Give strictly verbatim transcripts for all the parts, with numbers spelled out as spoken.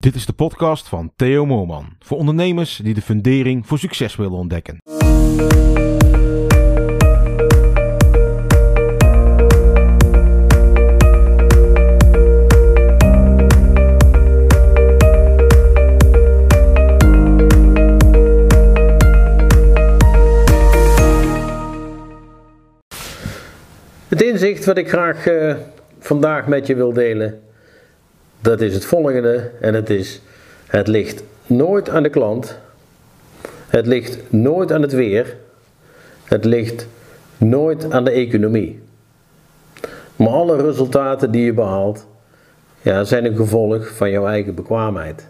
Dit is de podcast van Theo Moorman, voor ondernemers die de fundering voor succes willen ontdekken. Het inzicht wat ik graag uh, vandaag met je wil delen, dat is het volgende, en het is: het ligt nooit aan de klant, het ligt nooit aan het weer, het ligt nooit aan de economie. Maar alle resultaten die je behaalt, ja, zijn een gevolg van jouw eigen bekwaamheid.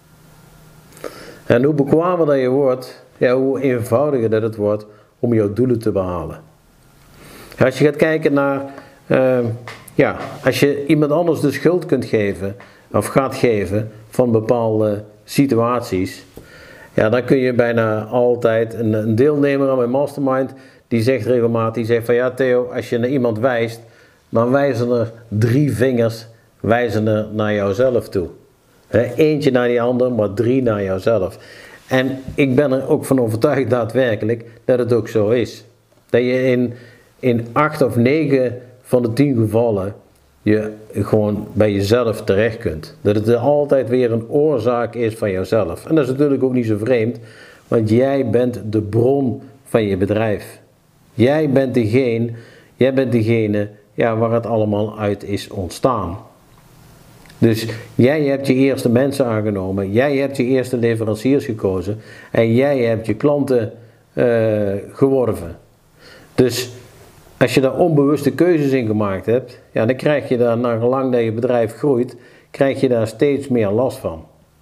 En hoe bekwamer dat je wordt, ja, hoe eenvoudiger dat het wordt om jouw doelen te behalen. Als je gaat kijken naar, uh, ja, als je iemand anders de schuld kunt geven, of gaat geven van bepaalde situaties, ja, dan kun je bijna altijd, een, een deelnemer aan mijn mastermind, die zegt regelmatig, die zegt van ja Theo, als je naar iemand wijst, dan wijzen er drie vingers, wijzen er naar jouzelf toe. He, eentje naar die ander, maar drie naar jouzelf. En ik ben er ook van overtuigd daadwerkelijk dat het ook zo is. Dat je in... in acht of negen van de tien gevallen je gewoon bij jezelf terecht kunt. Dat het er altijd weer een oorzaak is van jezelf. En dat is natuurlijk ook niet zo vreemd, want jij bent de bron van je bedrijf. Jij bent degene, jij bent degene ja, waar het allemaal uit is ontstaan. Dus jij hebt je eerste mensen aangenomen, jij hebt je eerste leveranciers gekozen en jij hebt je klanten uh, geworven. Dus als je daar onbewuste keuzes in gemaakt hebt, ja, dan krijg je daar, naar gelang dat je bedrijf groeit, krijg je daar steeds meer last van.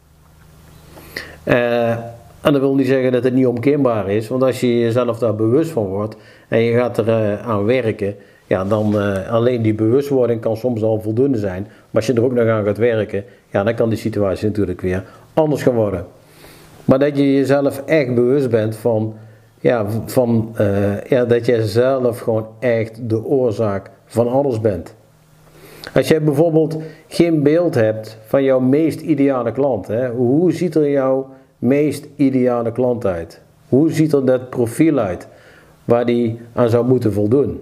Uh, en dat wil niet zeggen dat het niet omkeerbaar is, want als je jezelf daar bewust van wordt en je gaat er uh, aan werken, ja, dan uh, alleen die bewustwording kan soms al voldoende zijn. Maar als je er ook nog aan gaat werken, ja, dan kan die situatie natuurlijk weer anders gaan worden. Maar dat je jezelf echt bewust bent van... Ja, van, uh, ja, dat jij zelf gewoon echt de oorzaak van alles bent. Als jij bijvoorbeeld geen beeld hebt van jouw meest ideale klant, hè, hoe ziet er jouw meest ideale klant uit? Hoe ziet er dat profiel uit waar die aan zou moeten voldoen?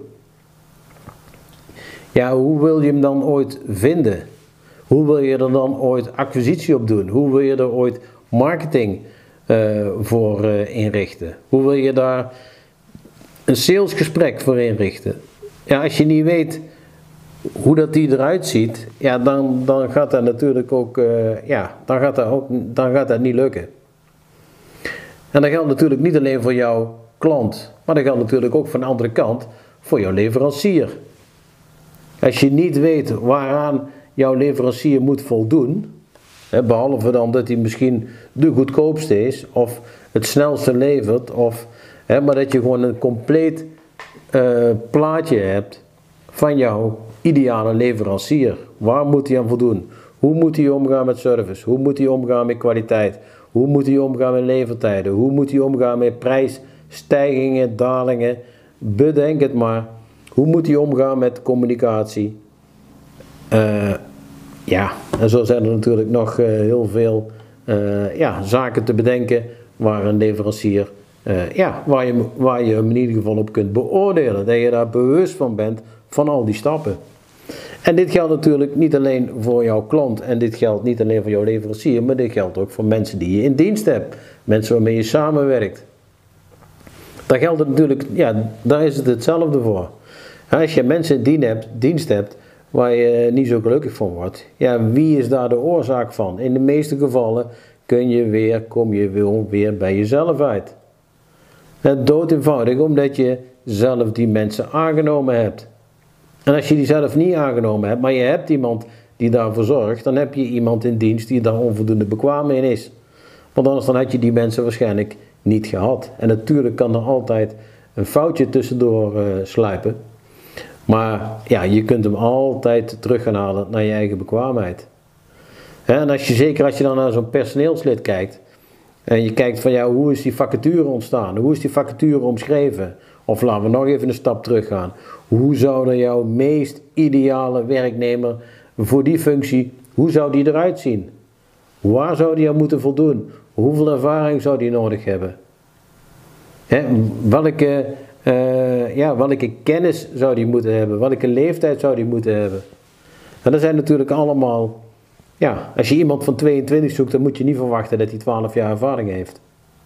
Ja, hoe wil je hem dan ooit vinden? Hoe wil je er dan ooit acquisitie op doen? Hoe wil je er ooit marketing Uh, voor uh, inrichten? Hoe wil je daar een salesgesprek voor inrichten? Ja, als je niet weet hoe dat die eruit ziet, ja, dan, dan gaat dat natuurlijk ook, uh, ja, dan gaat dat ook, dan gaat dat niet lukken. En dat geldt natuurlijk niet alleen voor jouw klant, maar dat geldt natuurlijk ook van de andere kant voor jouw leverancier. Als je niet weet waaraan jouw leverancier moet voldoen, behalve dan dat hij misschien de goedkoopste is of het snelste levert, of, hè, maar dat je gewoon een compleet uh, plaatje hebt van jouw ideale leverancier. Waar moet hij aan voldoen? Hoe moet hij omgaan met service? Hoe moet hij omgaan met kwaliteit? Hoe moet hij omgaan met levertijden? Hoe moet hij omgaan met prijsstijgingen, dalingen? Bedenk het maar. Hoe moet hij omgaan met communicatie? Uh, Ja, en zo zijn er natuurlijk nog uh, heel veel uh, ja, zaken te bedenken waar een leverancier, uh, ja, waar je, waar je hem in ieder geval op kunt beoordelen. Dat je daar bewust van bent van al die stappen. En dit geldt natuurlijk niet alleen voor jouw klant en dit geldt niet alleen voor jouw leverancier, maar dit geldt ook voor mensen die je in dienst hebt. Mensen waarmee je samenwerkt. Daar geldt het natuurlijk, ja, daar is het hetzelfde voor. Als je mensen in dienst hebt waar je niet zo gelukkig van wordt, ja, wie is daar de oorzaak van? In de meeste gevallen kun je weer, kom je weer, weer bij jezelf uit. En dood eenvoudig omdat je zelf die mensen aangenomen hebt. En als je die zelf niet aangenomen hebt, maar je hebt iemand die daarvoor zorgt, dan heb je iemand in dienst die daar onvoldoende bekwaam in is. Want anders dan had je die mensen waarschijnlijk niet gehad. En natuurlijk kan er altijd een foutje tussendoor uh, sluipen. Maar ja, je kunt hem altijd terug gaan halen naar je eigen bekwaamheid. En als je, zeker als je dan naar zo'n personeelslid kijkt, en je kijkt van ja, hoe is die vacature ontstaan? Hoe is die vacature omschreven? Of laten we nog even een stap terug gaan. Hoe zou er jouw meest ideale werknemer voor die functie, hoe zou die eruit zien? Waar zou die aan moeten voldoen? Hoeveel ervaring zou die nodig hebben? Hè, welke, uh, ja, welke kennis zou die moeten hebben? Welke leeftijd zou die moeten hebben? En dat zijn natuurlijk allemaal... Ja, als je iemand van tweeëntwintig zoekt, dan moet je niet verwachten dat hij twaalf jaar ervaring heeft.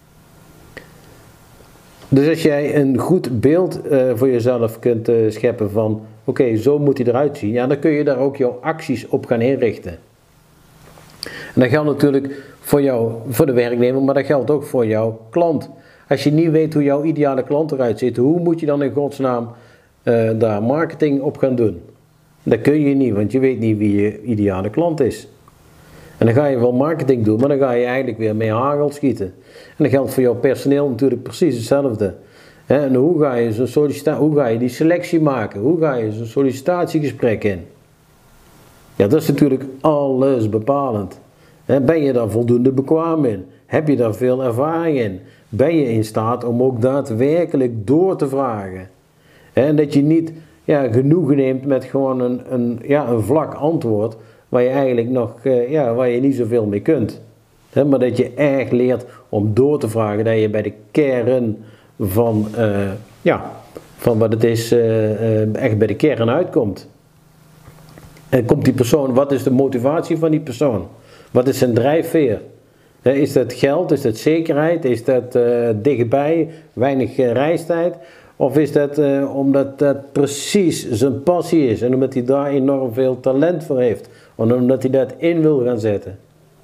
Dus als jij een goed beeld uh, voor jezelf kunt uh, scheppen van... Oké, okay, zo moet hij eruit zien. Ja, dan kun je daar ook jouw acties op gaan inrichten. En dat geldt natuurlijk voor jou, voor de werknemer, maar dat geldt ook voor jouw klant. Als je niet weet hoe jouw ideale klant eruit ziet, hoe moet je dan in godsnaam uh, daar marketing op gaan doen? Dat kun je niet, want je weet niet wie je ideale klant is. En dan ga je wel marketing doen, maar dan ga je eigenlijk weer mee hagel schieten. En dat geldt voor jouw personeel natuurlijk precies hetzelfde. En hoe ga je zo'n sollicita- hoe ga je die selectie maken? Hoe ga je zo'n sollicitatiegesprek in? Ja, dat is natuurlijk alles bepalend. Ben je daar voldoende bekwaam in? Heb je daar veel ervaring in? Ben je in staat om ook daadwerkelijk door te vragen? En dat je niet ja, genoegen neemt met gewoon een, een, ja, een vlak antwoord waar je eigenlijk nog ja, waar je niet zoveel mee kunt. Maar dat je echt leert om door te vragen, dat je bij de kern van, uh, ja, van wat het is, uh, uh, echt bij de kern uitkomt. En komt die persoon, wat is de motivatie van die persoon? Wat is zijn drijfveer? Is dat geld? Is dat zekerheid? Is dat uh, dichtbij? Weinig uh, reistijd? Of is dat uh, omdat dat precies zijn passie is en omdat hij daar enorm veel talent voor heeft? Of omdat hij dat in wil gaan zetten?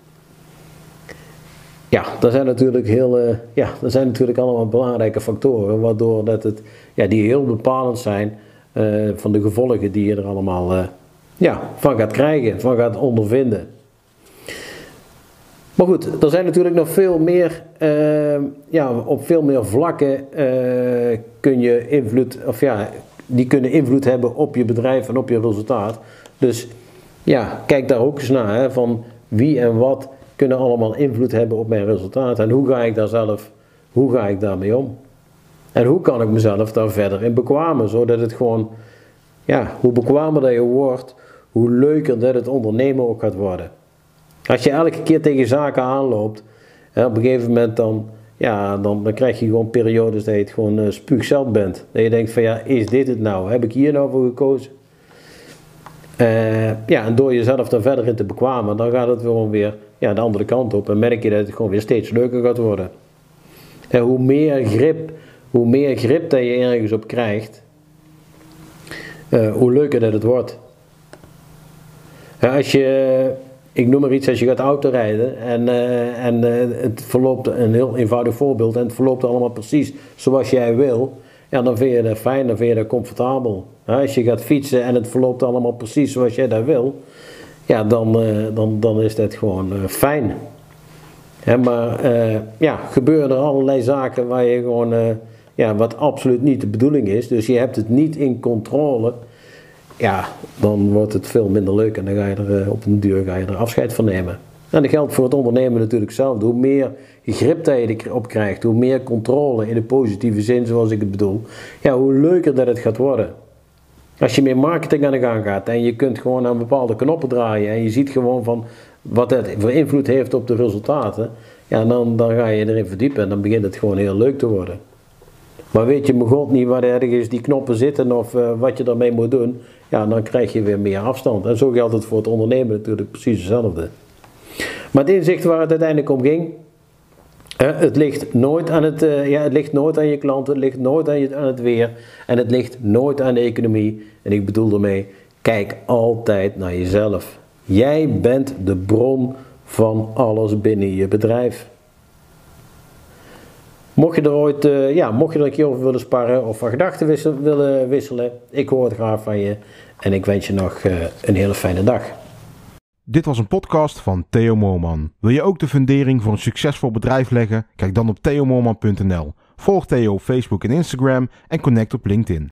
Ja, dat zijn natuurlijk, heel, uh, ja, dat zijn natuurlijk allemaal belangrijke factoren waardoor dat het, ja, die heel bepalend zijn uh, van de gevolgen die je er allemaal uh, ja, van gaat krijgen, van gaat ondervinden. Maar goed, er zijn natuurlijk nog veel meer, uh, ja, op veel meer vlakken uh, kun je invloed, of ja, die kunnen invloed hebben op je bedrijf en op je resultaat. Dus ja, kijk daar ook eens naar, hè, van wie en wat kunnen allemaal invloed hebben op mijn resultaat en hoe ga ik daar zelf, hoe ga ik daarmee om? En hoe kan ik mezelf daar verder in bekwamen, zodat het gewoon, ja, hoe bekwamer dat je wordt, hoe leuker dat het ondernemen ook gaat worden. Als je elke keer tegen zaken aanloopt, hè, op een gegeven moment dan, ja, dan, dan krijg je gewoon periodes dat je het gewoon uh, spuugzat bent. Dat je denkt van ja, is dit het nou? Heb ik hier nou voor gekozen? Uh, ja, en door jezelf daar verder in te bekwamen, dan gaat het gewoon weer ja, de andere kant op. En merk je dat het gewoon weer steeds leuker gaat worden. En hoe meer grip, hoe meer grip dat je ergens op krijgt, uh, hoe leuker dat het wordt. Ja, als je... Ik noem maar iets, als je gaat autorijden en, uh, en uh, het verloopt, een heel eenvoudig voorbeeld, en het verloopt allemaal precies zoals jij wil, ja, dan vind je dat fijn, dan vind je dat comfortabel. Ja, als je gaat fietsen en het verloopt allemaal precies zoals jij dat wil, ja, dan, uh, dan, dan is dat gewoon uh, fijn. Ja, maar uh, ja, gebeuren er allerlei zaken waar je gewoon, uh, ja, wat absoluut niet de bedoeling is, dus je hebt het niet in controle. Ja, dan wordt het veel minder leuk en dan ga je er op een duur ga je er afscheid van nemen. En dat geldt voor het ondernemen natuurlijk zelf. Hoe meer grip dat je erop krijgt, hoe meer controle in de positieve zin zoals ik het bedoel, ja, hoe leuker dat het gaat worden. Als je meer marketing aan de gang gaat en je kunt gewoon aan bepaalde knoppen draaien en je ziet gewoon van wat dat voor invloed heeft op de resultaten, ja, dan, dan ga je erin verdiepen en dan begint het gewoon heel leuk te worden. Maar weet je mijn god niet waar ergens die knoppen zitten of uh, wat je daarmee moet doen, ja, dan krijg je weer meer afstand. En zo geldt het voor het ondernemen natuurlijk precies hetzelfde. Maar het inzicht waar het uiteindelijk om ging, uh, het ligt nooit aan het, uh, ja, het ligt nooit aan je klanten, het ligt nooit aan, je, aan het weer en het ligt nooit aan de economie. En ik bedoel daarmee, kijk altijd naar jezelf. Jij bent de bron van alles binnen je bedrijf. Mocht je er ooit, uh, ja, mocht je er een keer over willen sparren of van gedachten wisselen, willen wisselen, ik hoor het graag van je en ik wens je nog uh, een hele fijne dag. Dit was een podcast van Theo Moorman. Wil je ook de fundering voor een succesvol bedrijf leggen? Kijk dan op theo moorman punt n l. Volg Theo op Facebook en Instagram en connect op LinkedIn.